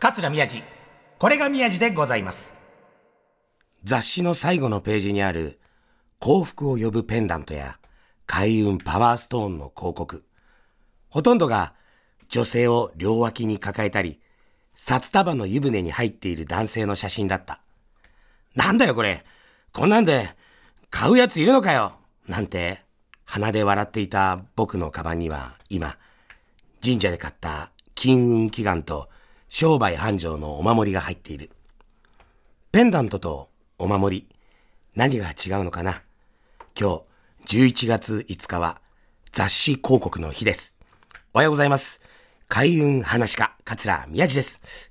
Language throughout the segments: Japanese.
桂宮治。これが宮治でございます。 雑誌の最後のページにある幸福を呼ぶペンダントや開運パワーストーンの広告。ほとんどが女性を両脇に抱えたり、札束の湯船に入っている男性の写真だった。なんだよこれ。こんなんで買うやついるのかよ。なんて鼻で笑っていた僕のカバンには今、神社で買った金運祈願と商売繁盛のお守りが入っている。ペンダントとお守り、何が違うのかな。今日11月5日は雑誌広告の日です。おはようございます。開運話家、桂宮治です。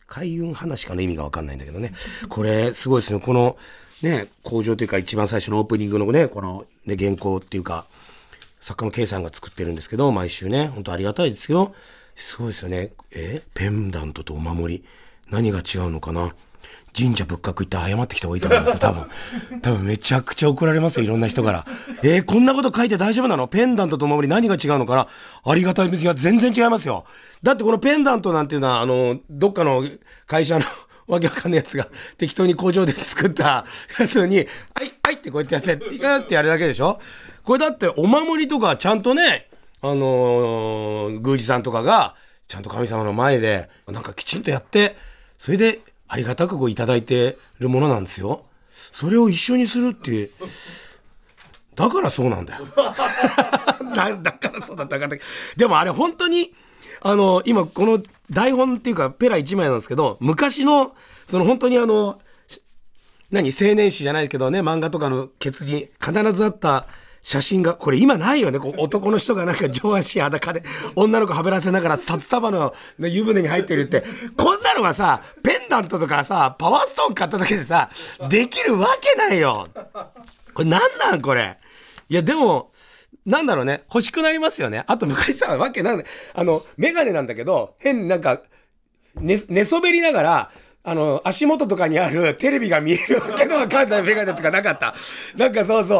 開運話家の意味がわかんないんだけどね。これすごいですね。このね、工場というか一番最初のオープニングのね、このね、原稿っていうか、作家の K さんが作ってるんですけど、毎週ね、本当ありがたいですけど、すごいですよね。ペンダントとお守り、何が違うのかな。神社仏閣行って謝ってきた方がいいと思います。多分めちゃくちゃ怒られますよ、いろんな人から。こんなこと書いて大丈夫なの？ペンダントとお守り何が違うのかな。ありがたいですが、全然違いますよ。だってこのペンダントなんていうのは、どっかの会社のわけわかんないやつが適当に工場で作ったやつに、はいってこうやってやって、ガーってやるだけでしょ。これだってお守りとかちゃんとね、宮司さんとかが、ちゃんと神様の前で、なんかきちんとやって、それでありがたくこういただいてるものなんですよ。それを一緒にするって、だからそうなんだよ。だからそうだったか。でもあれ本当に、今この台本っていうかペラ1枚なんですけど、昔の、本当に青年誌じゃないけどね、漫画とかのケツに必ずあった写真が、これ今ないよね。こう男の人がなんか上半身裸で女の子はべらせながら札束の湯船に入ってるって、こんなのがさ、ペンダントとかさ、パワーストーン買っただけでさ、できるわけないよ。これなんこれ。いやでも、なんだろうね。欲しくなりますよね。あと昔さ、わけなんだ。メガネなんだけど、変になんか、寝そべりながら、足元とかにあるテレビが見えるわけのわかんないメガネとかなかった。なんかそう、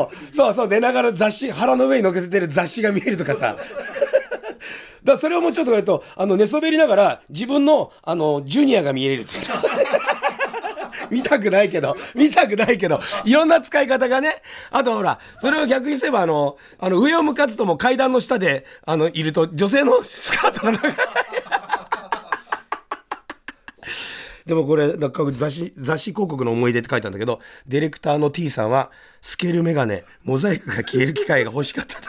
寝ながら雑誌、腹の上に乗せてる雑誌が見えるとかさ。だそれをもうちょっと言うと、寝そべりながら自分の、ジュニアが見えるって。見たくないけど、いろんな使い方がね。あとほら、それを逆にすれば、上を向かずとも階段の下で、いると、女性のスカートの中でもこれ、雑誌広告の思い出って書いたんだけど、ディレクターの T さんは、スケールメガネ、モザイクが消える機械が欲しかったと。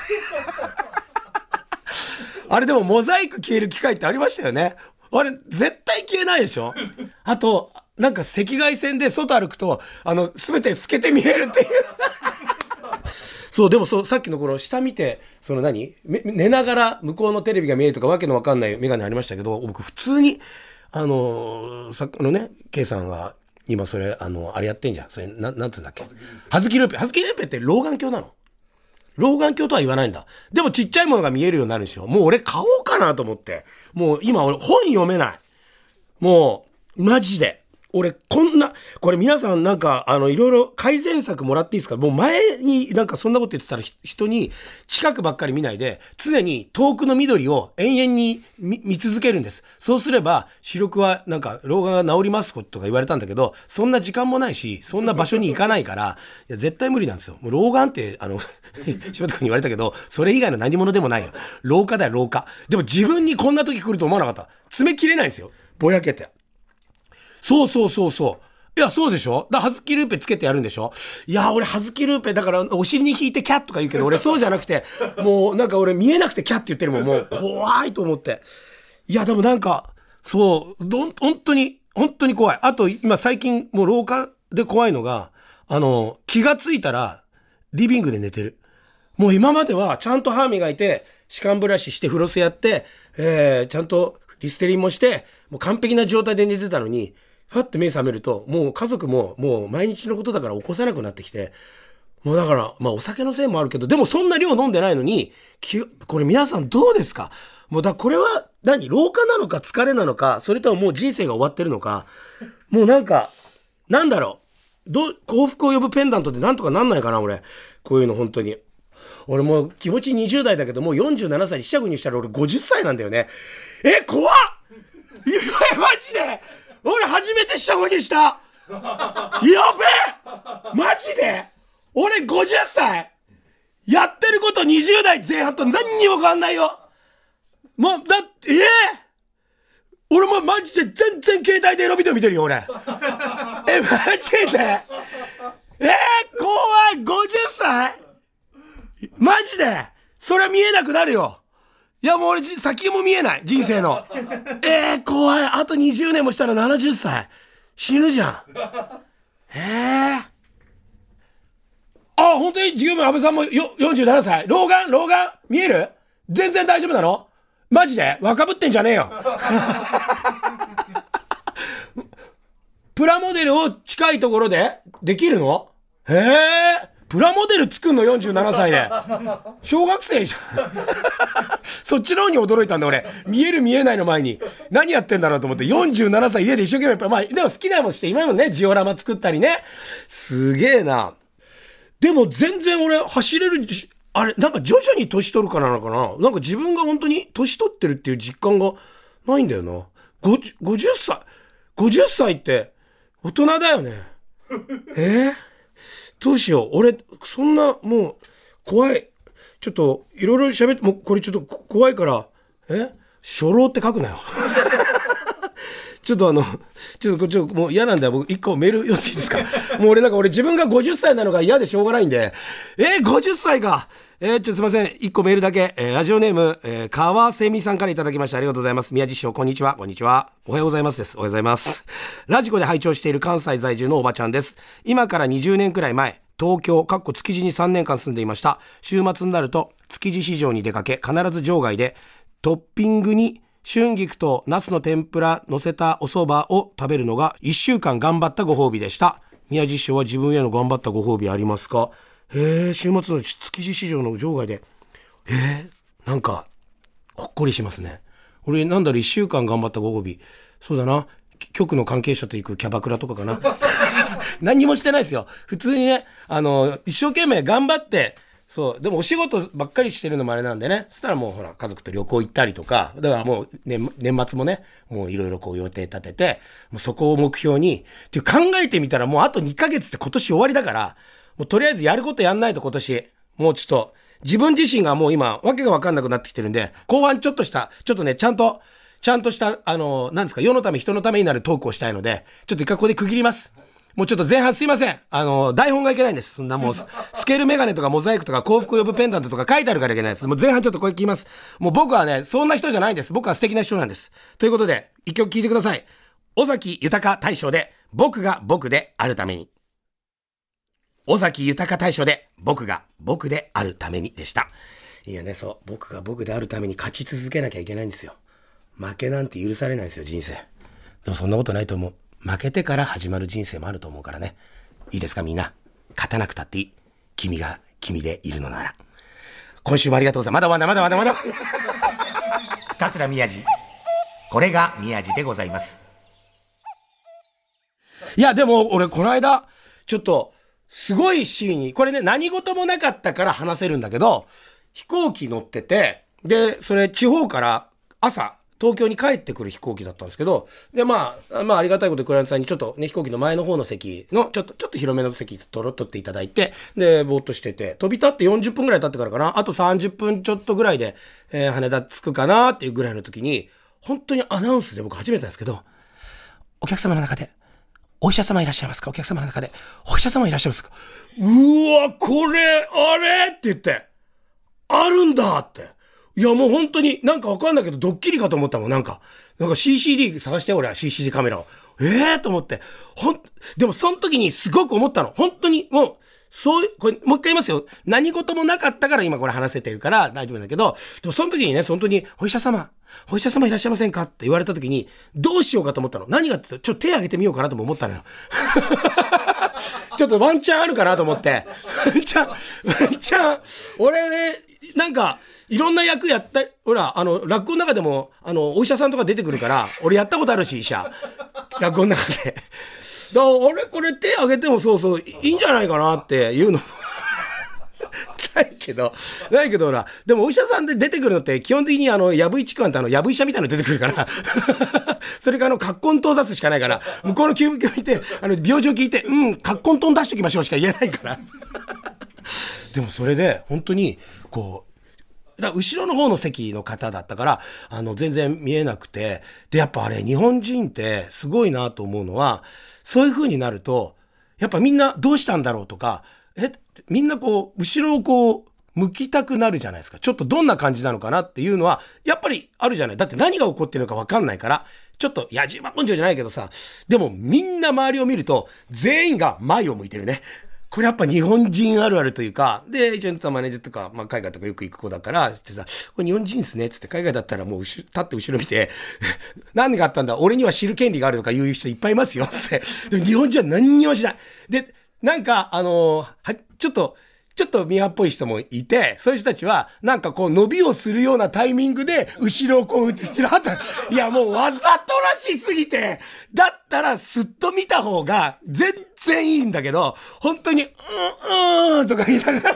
あれでもモザイク消える機械ってありましたよね。あれ、絶対消えないでしょ。あと、なんか赤外線で外歩くと、すべて透けて見えるっていう。そう、でもさっきのこの下見て、寝ながら向こうのテレビが見えるとかわけのわかんないメガネありましたけど、僕普通に、作家のね、K さんが、今それ、あれやってんじゃん。それ、なんつうんだっけ。はずきルーペ。はずきルーペって老眼鏡なの？老眼鏡とは言わないんだ。でもちっちゃいものが見えるようになるんですよ。もう俺買おうかなと思って。もう今俺本読めない。もう、マジで。俺これ皆さんなんかいろいろ改善策もらっていいですか？もう前になんかそんなこと言ってたら人に近くばっかり見ないで常に遠くの緑を延々に 見続けるんです。そうすれば視力はなんか老眼が治りますとか言われたんだけど、そんな時間もないしそんな場所に行かないからいや絶対無理なんですよ。もう老眼って柴田君に言われたけどそれ以外の何者でもないよ。老化だよ老化。でも自分にこんな時来ると思わなかった。爪切れないんですよ。ぼやけて。そう。いや、そうでしょ？はずきルーペつけてやるんでしょ？いや、俺はずきルーペだからお尻に引いてキャッとか言うけど、俺そうじゃなくて、もうなんか俺見えなくてキャッって言ってるもん、もう怖いと思って。いや、でもなんか、そう、本当に怖い。あと、今最近もう廊下で怖いのが、気がついたら、リビングで寝てる。もう今まではちゃんと歯磨いて、歯間ブラシしてフロスやって、ちゃんとリステリンもして、もう完璧な状態で寝てたのに、ふわって目覚めると、もう家族ももう毎日のことだから起こさなくなってきて、もうだから、まあお酒のせいもあるけど、でもそんな量飲んでないのに、これ皆さんどうですか？もうこれは老化なのか疲れなのか、それとももう人生が終わってるのか、もうなんか、なんだろう、幸福を呼ぶペンダントってなんとかなんないかな、俺。こういうの本当に。俺もう気持ち20代だけど、もう47歳、四捨五入したら俺50歳なんだよね。怖っ！いや、マジで俺初めて下5人した。やべえマジで俺50歳やってること20代前半と何にも変わんないよ。だって、俺もマジで全然携帯でエロビデオ見てるよ、俺。マジで怖い !50 歳マジでそれは見えなくなるよ。いやもう俺先も見えない、人生の。怖い。あと20年もしたら70歳。死ぬじゃん。本当に十分安倍さんも47歳。老眼見える？全然大丈夫なの？マジで若ぶってんじゃねえよ。プラモデルを近いところでできるの？プラモデル作んの47歳で。小学生じゃん。そっちの方に驚いたんだ俺。見える見えないの前に。何やってんだろうと思って、47歳家で一生懸命やっぱ、まあ、でも好きなもんして、今もね、ジオラマ作ったりね。すげえな。でも全然俺走れるあれ、なんか徐々に年取るからなのかな。なんか自分が本当に年取ってるっていう実感がないんだよな。50歳って大人だよね。どうしよう。俺、そんな、もう、怖い。ちょっと、いろいろ喋って、もうこれちょっと怖いから、初老って書くなよ。ちょっともう嫌なんだよ。僕一個メール読んでいいですか？もう俺自分が50歳なのが嫌でしょうがないんで。50歳か。すいません。一個メールだけ。ラジオネーム、川瀬美さんからいただきました。ありがとうございます。宮地師匠、こんにちは。こんにちは。おはようございますです。おはようございます。ラジコで拝聴している関西在住のおばちゃんです。今から20年くらい前、東京、築地に3年間住んでいました。週末になると、築地市場に出かけ、必ず場外で、トッピングに、春菊とナスの天ぷら乗せたお蕎麦を食べるのが1週間頑張ったご褒美でした。宮地師匠は自分への頑張ったご褒美ありますか？週末の築地市場の場外で。なんか、ほっこりしますね。俺1週間頑張ったご褒美。そうだな。局の関係者と行くキャバクラとかかな。何にもしてないですよ。普通にね、一生懸命頑張って、そう。でもお仕事ばっかりしてるのもあれなんでね。そしたらもうほら、家族と旅行行ったりとか、だからもう、年末もね、もういろいろこう予定立てて、もうそこを目標に、っていう考えてみたらもうあと2ヶ月って今年終わりだから、もうとりあえずやることやんないと今年、もうちょっと、自分自身がもう今、わけがわかんなくなってきてるんで、後半ちょっとね、ちゃんとした、なんですか、世のため人のためになるトークをしたいので、ちょっと一回ここで区切ります。もうちょっと前半すいません。台本がいけないんです。そんなもう、スケールメガネとかモザイクとか幸福を呼ぶペンダントとか書いてあるからいけないです。もう前半ちょっとこれ聞きます。もう僕はね、そんな人じゃないんです。僕は素敵な人なんです。ということで、一曲聴いてください。尾崎豊大将で、僕が僕であるために。尾崎豊大将で、僕が僕であるためにでした。いやね、そう。僕が僕であるために勝ち続けなきゃいけないんですよ。負けなんて許されないですよ、人生。でもそんなことないと思う。負けてから始まる人生もあると思うからね。いいですかみんな。勝たなくたっていい。君が君でいるのなら。今週もありがとうございます。まだ。 桂宮治。これが宮治でございます。 いや、でも俺この間、ちょっと、すごいシーンに、これね、何事もなかったから話せるんだけど、飛行機乗ってて、で、それ地方から朝、東京に帰ってくる飛行機だったんですけど、で、まあ、ありがたいことでクライアントさんにちょっとね、飛行機の前の方の席の、ちょっと広めの席取っていただいて、で、ぼーっとしてて、飛び立って40分くらい経ってからかな、あと30分ちょっとぐらいで、羽田着くかなっていうぐらいの時に、本当にアナウンスで僕初めてなんですけど、お客様の中で、お医者様いらっしゃいますか？お客様の中で、お医者様いらっしゃいますか？うわ、これ、あれって言って、あるんだって。いやもう本当になんかわかんないけどドッキリかと思ったもん。なんか CCD 探して俺は CCD カメラを。と思って。でもその時にすごく思ったの。本当にもう、これもう一回言いますよ。何事もなかったから今これ話せてるから大丈夫だけど、でもその時にね、本当にお医者様いらっしゃいませんかって言われた時に、どうしようかと思ったの。何がってちょっと手挙げてみようかなとも思ったのよ。ちょっとワンチャンあるかなと思って。ワンチャン、俺ね、なんか、いろんな役やった、ほら、落語の中でも、お医者さんとか出てくるから、俺やったことあるし、医者。落語の中で。だから、これ手挙げてもそう、いいんじゃないかなっていうの。 ないけどほら、でもお医者さんで出てくるのって基本的にやぶいちくわんってやぶ医者みたいなの出てくるから、それが葛根湯出すしかないから、向こうの救急見て、病状聞いて、葛根湯出しときましょうしか言えないから。でもそれで、本当に、こう、後ろの方の席の方だったから、全然見えなくて、で、やっぱあれ、日本人ってすごいなと思うのは、そういう風になると、やっぱみんなどうしたんだろうとか、みんなこう、後ろをこう、向きたくなるじゃないですか。ちょっとどんな感じなのかなっていうのは、やっぱりあるじゃない。だって何が起こってるのか分かんないから、ちょっと野獣馬根性じゃないけどさ、でもみんな周りを見ると、全員が前を向いてるね。これやっぱ日本人あるあるというか、で、エージェントとマネージャーとか、海外とかよく行く子だから、ってさ、これ日本人ですね、つって海外だったらもう立って後ろ見て、何があったんだ、俺には知る権利があるとか言う人いっぱいいますよ、つって。でも日本人は何にもしない。で、なんか、ちょっとミーハーっぽい人もいて、そういう人たちは、なんかこう伸びをするようなタイミングで、後ろをこう、後ろはった。いやもうわざとらしすぎて、だったらすっと見た方が全然いいんだけど、本当に、とか言いながら、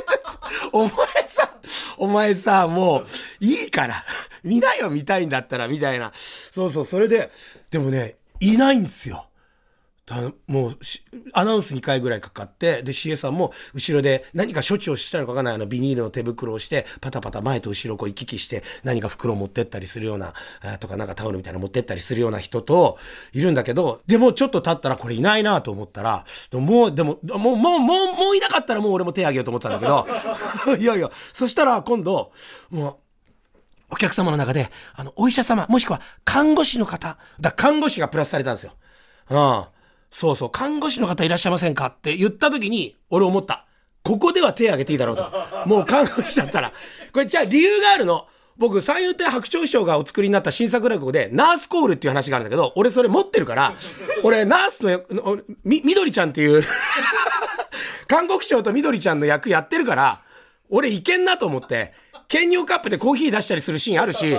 お前さ、もう、いいから、見なよ見たいんだったら、みたいな。そう、それで、でもね、いないんですよ。もうアナウンス2回ぐらいかかって、で CA さんも後ろで何か処置をしたのかわかんないビニールの手袋をしてパタパタ前と後ろをこう行き来して何か袋を持ってったりするようなとかなんかタオルみたいなの持ってったりするような人といるんだけど、でもちょっと経ったらこれいないなと思ったら、もういなかったらもう俺も手あげようと思ってたんだけどいやそしたら今度もうお客様の中でお医者様もしくは看護師の方看護師がプラスされたんですよ。そう、看護師の方いらっしゃいませんかって言った時に、俺思った。ここでは手挙げていいだろうと。もう看護師だったら。これじゃあ理由があるの。僕、三遊亭白鳥師匠がお作りになった新作落語で、ナースコールっていう話があるんだけど、俺それ持ってるから、俺、ナースの、みどりちゃんっていう、看護師長とみどりちゃんの役やってるから、俺いけんなと思って、兼用カップでコーヒー出したりするシーンあるし、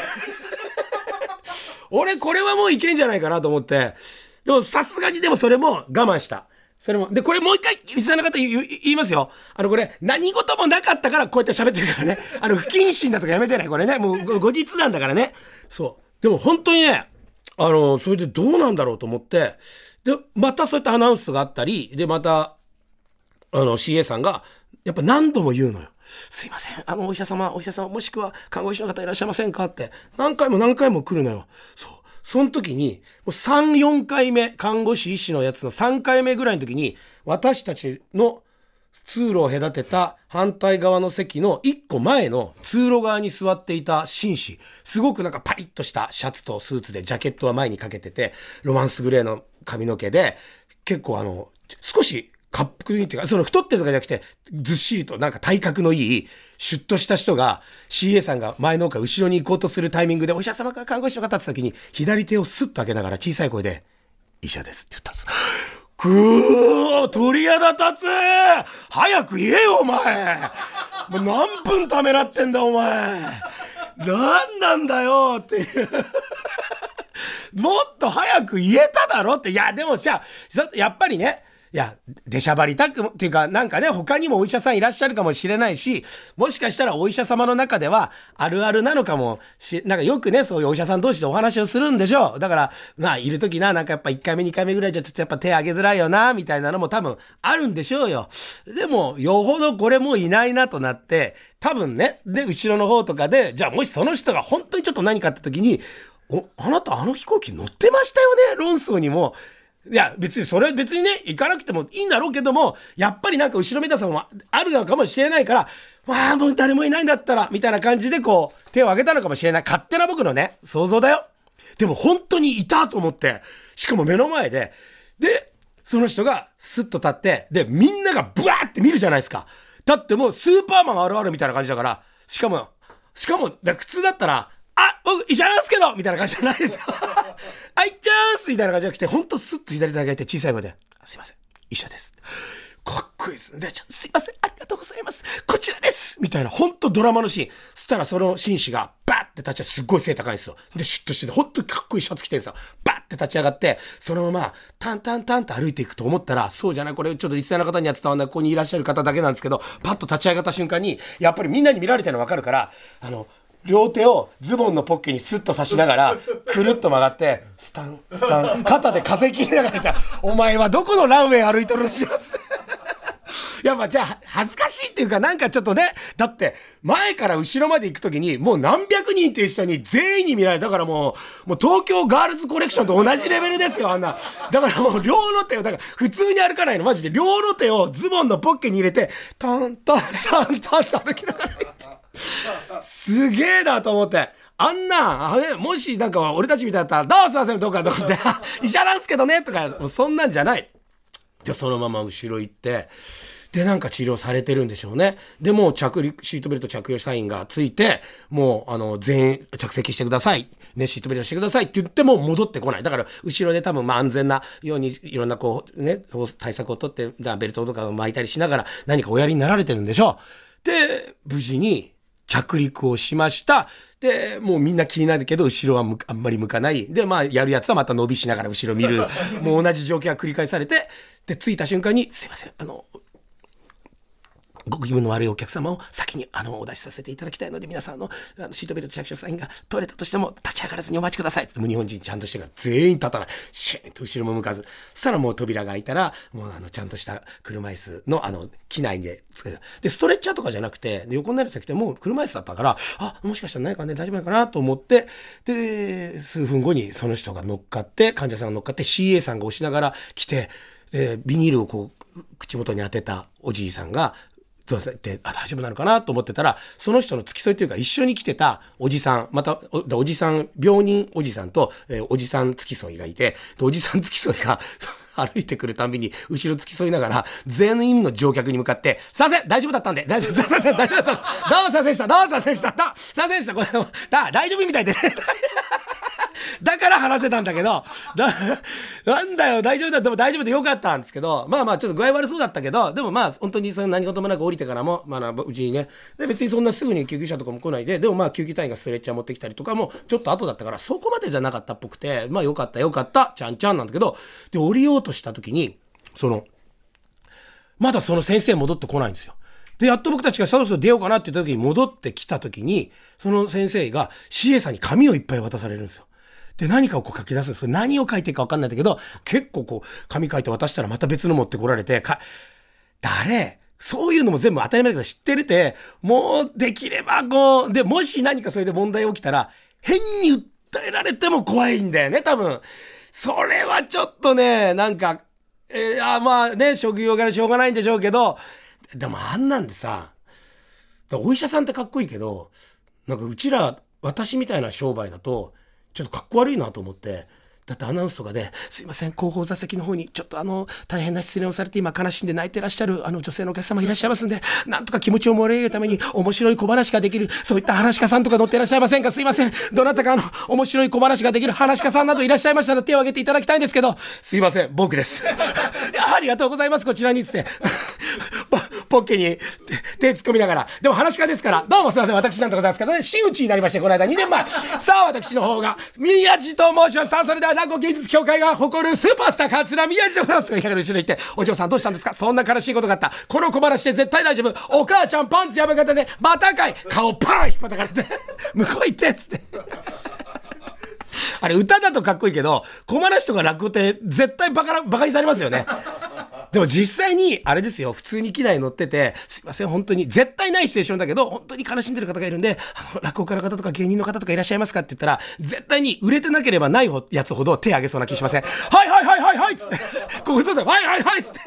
俺これはもういけんじゃないかなと思って、でもさすがにでもそれも我慢した。それも。で、これもう一回リスナーの方言いますよ。これ何事もなかったからこうやって喋ってるからね。不謹慎だとかやめてない。これね。もう後日なんだからね。そう。でも本当にね、それでどうなんだろうと思って、で、またそういったアナウンスがあったり、で、また、CA さんが、やっぱ何度も言うのよ。すいません。お医者様、もしくは看護師の方いらっしゃいませんかって、何回も来るのよ。そう。その時に、もう3、4回目、看護師医師のやつの3回目ぐらいの時に、私たちの通路を隔てた反対側の席の1個前の通路側に座っていた紳士、すごくなんかパリッとしたシャツとスーツでジャケットは前にかけてて、ロマンスグレーの髪の毛で、結構少しかっこいいっていうか、その太ってるとかじゃなくて、ずっしりとなんか体格のいい、シュッとした人が、CA さんが前の方から後ろに行こうとするタイミングで、お医者様か看護師の方って時に、左手をスッと開けながら小さい声で、医者ですって言ったんです。鳥肌立つ早く言えよ、お前もう何分ためらってんだ、お前何なんだよっていうもっと早く言えただろって。いや、でもさ、やっぱりね、いや、出しゃばりたくっていうか、なんかね、他にもお医者さんいらっしゃるかもしれないし、もしかしたらお医者様の中ではあるあるなのかもなんかよくね、そういうお医者さん同士でお話をするんでしょう。だから、まあ、いるときな、なんかやっぱ1回目2回目ぐらいじゃちょっとやっぱ手挙げづらいよな、みたいなのも多分あるんでしょうよ。でも、よほどこれもういないなとなって、多分ね、で、後ろの方とかで、じゃあもしその人が本当にちょっと何かあったときに、あなた飛行機乗ってましたよね、論争にも。いや、別にね、行かなくてもいいんだろうけども、やっぱりなんか後ろめたさもあるのかもしれないから、まあもう誰もいないんだったら、みたいな感じでこう、手を挙げたのかもしれない。勝手な僕のね、想像だよ。でも本当にいたと思って、しかも目の前で、で、その人がスッと立って、で、みんながブワーって見るじゃないですか。だってもうスーパーマンあるあるみたいな感じだから、しかも、普通だったら、僕、医者なんすけどみたいな感じじゃないですよ。あいちゃーすみたいな感じじゃなくて、ほんとスッと左手上げて小さい声で、すいません、医者です。かっこいいですね。すいません、ありがとうございます。こちらですみたいな、ほんとドラマのシーン。そしたらその紳士が、バッて立ち上がって、すっごい背高いんですよ。で、シュッとしてて、ほんとにかっこいいシャツ着てるんですよ。バッて立ち上がって、そのまま、タンタンタンと歩いていくと思ったら、そうじゃない、これちょっとリスナーの方には伝わんない、ここにいらっしゃる方だけなんですけど、パッと立ち上がった瞬間に、やっぱりみんなに見られてるの分かるから、両手をズボンのポッケにスッと差しながら、くるっと曲がって、スタン、スタン、肩で風切りながらいた。お前はどこのランウェイ歩いとるんしますやっぱじゃあ、恥ずかしいっていうかなんかちょっとね、だって、前から後ろまで行くときに、もう何百人っていう人に全員に見られる。だからもう東京ガールズコレクションと同じレベルですよ、あんな。だからもう両の手を、だから普通に歩かないの、マジで。両の手をズボンのポッケに入れて、トントントントンと歩きながら行って。すげえなと思って。あんな、もしなんか俺たちみたいだったら、どうすいません、どうかと思って、医者なんすけどね、とか、もうそんなんじゃない。で、そのまま後ろ行って、で、なんか治療されてるんでしょうね。で、もうシートベルト着用サインがついて、もう、全員着席してください。ね、シートベルトしてくださいって言っても戻ってこない。だから、後ろで多分、安全なように、いろんな対策をとって、ベルトとかを巻いたりしながら、何かおやりになられてるんでしょう。で、無事に着陸をしました。で、もうみんな気になるけど、後ろはあんまり向かない。で、やるやつはまた伸びしながら後ろ見る。もう同じ状況が繰り返されて、で、着いた瞬間に、すいません、ご気分の悪いお客様を先にお出しさせていただきたいので、皆さんシートベルト着用サインが取れたとしても立ち上がらずにお待ちくださいって。もう日本人ちゃんとしてから全員立たない。シューンと後ろも向かず。そしたらもう扉が開いたら、もうちゃんとした車椅子の機内で作る。で、ストレッチャーとかじゃなくて、横になる先でもう車椅子だったから、もしかしたらないかね、大丈夫なのかなと思って、で、数分後にその人が乗っかって、患者さんが乗っかって CA さんが押しながら来て、で、ビニールを口元に当てたおじいさんが、大丈夫なのかなと思ってたら、その人の付き添いというか一緒に来てたおじさん、またおじさん、病人おじさんと、おじさん付き添いがいて、おじさん付き添いが歩いてくるたんびに後ろ付き添いながら全員の乗客に向かって、すいません大丈夫だったんで、大丈夫だったどうもすいませんでした、すいませんでした、これ大丈夫みたいでねだから話せたんだけど、なんだよ、大丈夫だっても大丈夫でよかったんですけど、ちょっと具合悪そうだったけど、でも本当にその何事もなく降りてからも、うちにね、で別にそんなすぐに救急車とかも来ないで、でも救急隊員がストレッチャー持ってきたりとかも、ちょっと後だったから、そこまでじゃなかったっぽくて、よかった、ちゃんちゃんなんだけど、で、降りようとした時に、まだその先生戻ってこないんですよ。で、やっと僕たちがそろそろ出ようかなって言った時に戻ってきた時に、その先生が CA さんに紙をいっぱい渡されるんですよ。で、何かを書き出すんです。何を書いてるか分かんないんだけど、結構紙書いて渡したらまた別の持ってこられて、そういうのも全部当たり前だけど知ってるて、もうできればで、もし何かそれで問題起きたら、変に訴えられても怖いんだよね、多分。それはちょっとね、職業柄しょうがないんでしょうけど、でもあんなんでさ、お医者さんってかっこいいけど、私みたいな商売だと、ちょっとかっこ悪いなと思って、だってアナウンスとかで、すいません、後方座席の方にちょっと大変な失恋をされて今悲しんで泣いてらっしゃる女性のお客様いらっしゃいますんで、なんとか気持ちを盛り上げるために面白い小話ができる、そういった話家さんとか乗っていらっしゃいませんか？すいません、どなたか面白い小話ができる話家さんなどいらっしゃいましたら手を挙げていただきたいんですけど、すいません、僕です。ありがとうございます、こちらにつって。ポッケに手突っ込みながら、でも話し家ですから、どうもすいません、私なんとございますけどね、真打ちになりまして、この間2年前。さあ、私の方が、宮地と申します。さあ、それでは落語芸術協会が誇るスーパースター、桂宮治でございます。後ろに行って、お嬢さんどうしたんですか？そんな悲しいことがあった。この小話で絶対大丈夫。お母ちゃんパンツやめ方で、バタかい。顔パーン引っ叩かれて、向こう行って、つって。あれ、歌だとかっこいいけど、小話とか落語って絶対バカにされますよね。でも実際に、あれですよ、普通に機内乗ってて、すいません、本当に、絶対ないシチュエーションだけど、本当に悲しんでる方がいるんで、落語家の方とか芸人の方とかいらっしゃいますかって言ったら、絶対に売れてなければないやつほど手挙げそうな気しません？はいつって、ここで、はいつって、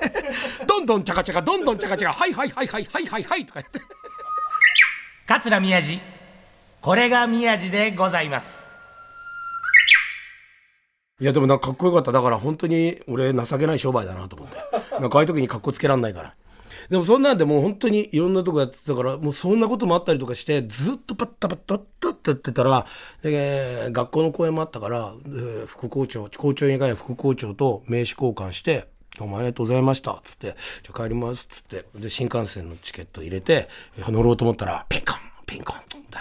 どんどんチャカチャカ、はいとか言って。 桂宮治、これが宮治でございます。 いやでもかっこよかった。だから本当に俺情けない商売だなと思って。ああいう時にかっこつけらんないから。でもそんなんでもう本当にいろんなとこやってたから、もうそんなこともあったりとかして、ずっとパッタってやってたら、学校の講演もあったから、校長以外は副校長と名刺交換して、どうもありがとうございましたつって、じゃあ帰りますつって、で新幹線のチケット入れて乗ろうと思ったら、ピンコンだよつって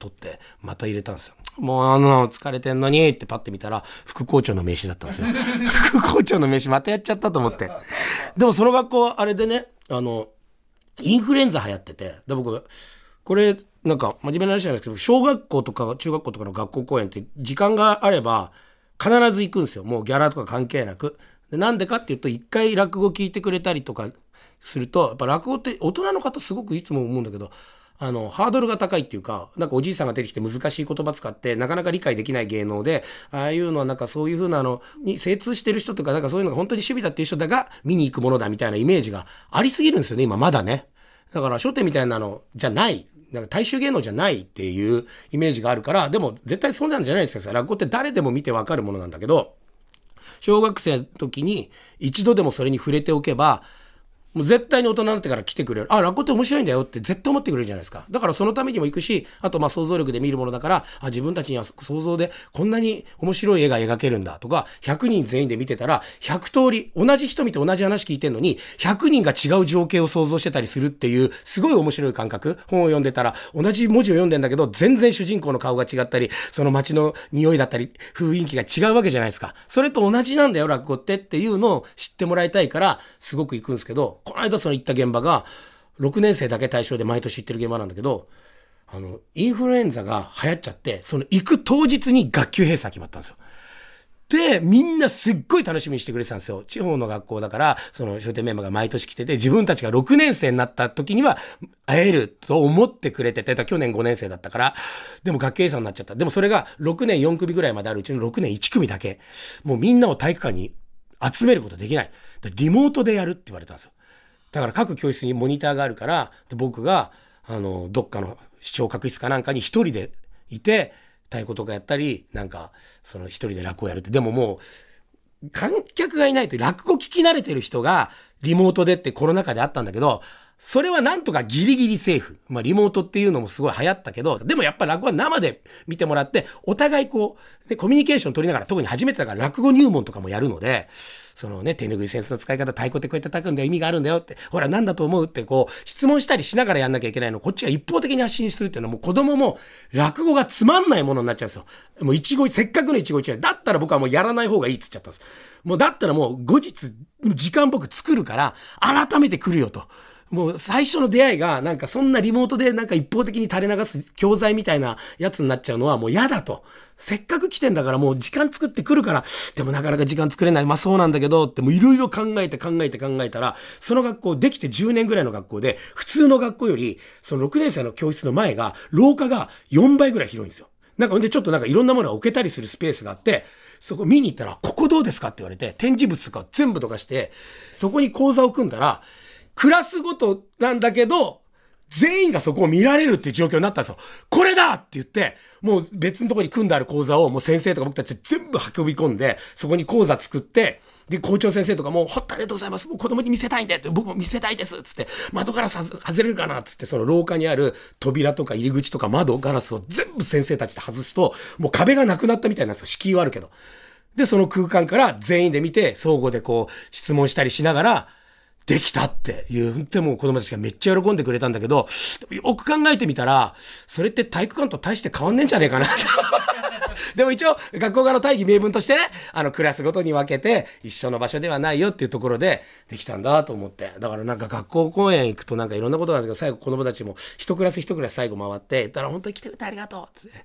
取ってまた入れたんですよ。もう疲れてんのにってパッて見たら副校長の名刺だったんですよ。副校長の名刺またやっちゃったと思って。でもその学校あれでね、インフルエンザ流行ってて、で僕これなんか真面目な話じゃないですけど、小学校とか中学校とかの学校公演って時間があれば必ず行くんですよ。もうギャラとか関係なく。でなんでかっていうと、一回落語聞いてくれたりとかすると、やっぱ落語って大人の方すごくいつも思うんだけど、ハードルが高いっていうか、なんかおじいさんが出てきて難しい言葉使ってなかなか理解できない芸能で、ああいうのはなんかそういう風なに精通してる人とか、なんかそういうのが本当に趣味だっていう人だが見に行くものだみたいなイメージがありすぎるんですよね、今まだね。だから笑点みたいなのじゃない、なんか大衆芸能じゃないっていうイメージがあるから、でも絶対そうなんじゃないですか。落語って誰でも見てわかるものなんだけど、小学生の時に一度でもそれに触れておけば、もう絶対に大人になってから来てくれる。あ、落語って面白いんだよって絶対思ってくれるじゃないですか。だからそのためにも行くし、あと想像力で見るものだから、自分たちには想像でこんなに面白い絵が描けるんだとか、100人全員で見てたら、100通り、同じ人見て同じ話聞いてんのに、100人が違う情景を想像してたりするっていう、すごい面白い感覚。本を読んでたら、同じ文字を読んでんだけど、全然主人公の顔が違ったり、その街の匂いだったり、雰囲気が違うわけじゃないですか。それと同じなんだよ、落語ってっていうのを知ってもらいたいから、すごく行くんですけど、この間その行った現場が6年生だけ対象で毎年行ってる現場なんだけど、インフルエンザが流行っちゃって、その行く当日に学級閉鎖決まったんですよ。で、みんなすっごい楽しみにしてくれてたんですよ。地方の学校だから、その笑点メンバーが毎年来てて、自分たちが6年生になった時には会えると思ってくれてて、去年5年生だったから、でも学級閉鎖になっちゃった。でもそれが6年4組ぐらいまであるうちの6年1組だけ。もうみんなを体育館に集めることできない。リモートでやるって言われたんですよ。だから各教室にモニターがあるから、僕が、どっかの視聴覚室かなんかに一人でいて、太鼓とかやったり、なんか、その一人で落語やるって。でももう、観客がいないと落語聞き慣れてる人がリモートでってコロナ禍であったんだけど、それはなんとかギリギリセーフ。リモートっていうのもすごい流行ったけど、でもやっぱ落語は生で見てもらって、お互いコミュニケーション取りながら、特に初めてだから落語入門とかもやるので、そのね、手拭い扇子の使い方、太鼓ってこうやって叩くんだよ、意味があるんだよって、ほら、なんだと思うって質問したりしながらやんなきゃいけないの、こっちが一方的に発信するっていうのは、もう子供も落語がつまんないものになっちゃうんですよ。もうせっかくの一期一会。だったら僕はもうやらない方がいいっつっちゃったんです。もうだったらもう後日、時間僕作るから、改めて来るよと。もう最初の出会いがなんかそんなリモートでなんか一方的に垂れ流す教材みたいなやつになっちゃうのはもう嫌だと。せっかく来てんだからもう時間作ってくるから、でもなかなか時間作れない。そうなんだけどってもういろいろ考えてたら、その学校できて10年ぐらいの学校で、普通の学校よりその6年生の教室の前が廊下が4倍ぐらい広いんですよ。なんかでちょっとなんかいろんなものを置けたりするスペースがあって、そこ見に行ったら、ここどうですかって言われて、展示物とか全部とかして、そこに講座を組んだら、クラスごとなんだけど、全員がそこを見られるっていう状況になったんですよ。これだって言って、もう別のところに組んである講座をもう先生とか僕たち全部運び込んで、そこに講座作って、で、校長先生とかも、本当ありがとうございます。もう子供に見せたいんでって、僕も見せたいです。つって、窓ガラス外れるかなつって、その廊下にある扉とか入り口とか窓ガラスを全部先生たちで外すと、もう壁がなくなったみたいなんですよ。敷居はあるけど。で、その空間から全員で見て、相互で質問したりしながら、できたっていう、でも子供たちがめっちゃ喜んでくれたんだけど、よく考えてみたら、それって体育館と大して変わんねえんじゃねえかな。でも一応、学校側の大義名分としてね、クラスごとに分けて、一緒の場所ではないよっていうところで、できたんだと思って。だからなんか学校公演行くとなんかいろんなことがあるけど、最後子供たちも一クラス一クラス最後回って、言ったら本当に来てくれてありがとうって。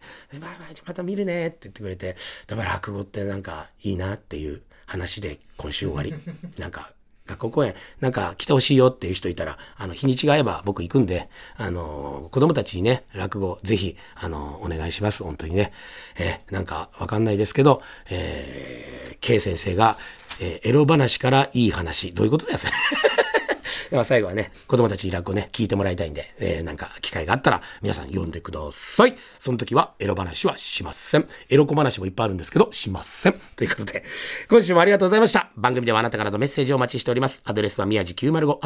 また見るねって言ってくれて、だから落語ってなんかいいなっていう話で今週終わり。なんか、学校公演なんか来てほしいよっていう人いたら、日にちが合えば僕行くんで、子供たちにね、落語ぜひ、お願いします。本当にね。なんかわかんないですけど、K 先生が、エロ話からいい話。どういうことだよ、それ。では最後はね、子供たちに落語ね、聞いてもらいたいんで、なんか機会があったら皆さん読んでください。その時はエロ話はしません。エロ小話もいっぱいあるんですけど、しません。ということで、今週もありがとうございました。番組ではあなたからのメッセージをお待ちしております。アドレスは宮地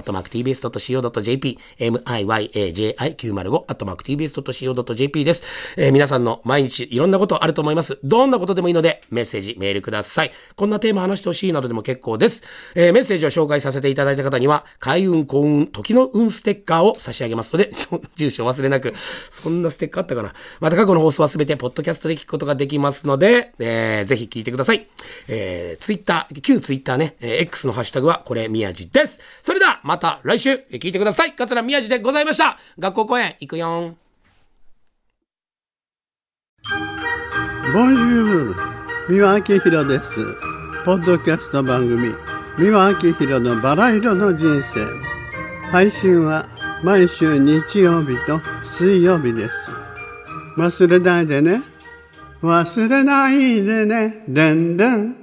905@tbs.co.jp、miyaji905@tbs.co.jp です。皆さんの毎日いろんなことあると思います。どんなことでもいいので、メッセージ、メールください。こんなテーマ話してほしいなどでも結構です。メッセージを紹介させていただいた方には、会開運幸運時の運ステッカーを差し上げますので、住所忘れなく。そんなステッカーあったかな。また過去の放送はすべてポッドキャストで聞くことができますので、ぜひ聞いてください。旧ツイッターね、X のハッシュタグはこれ宮地です。それではまた来週聞いてください。桂宮治でございました。学校公演行くよん。 ボンジュール、三輪明宏です。ポッドキャスト番組三輪明宏のバラ色の人生、配信は毎週日曜日と水曜日です。忘れないでね、忘れないでね、でんでん。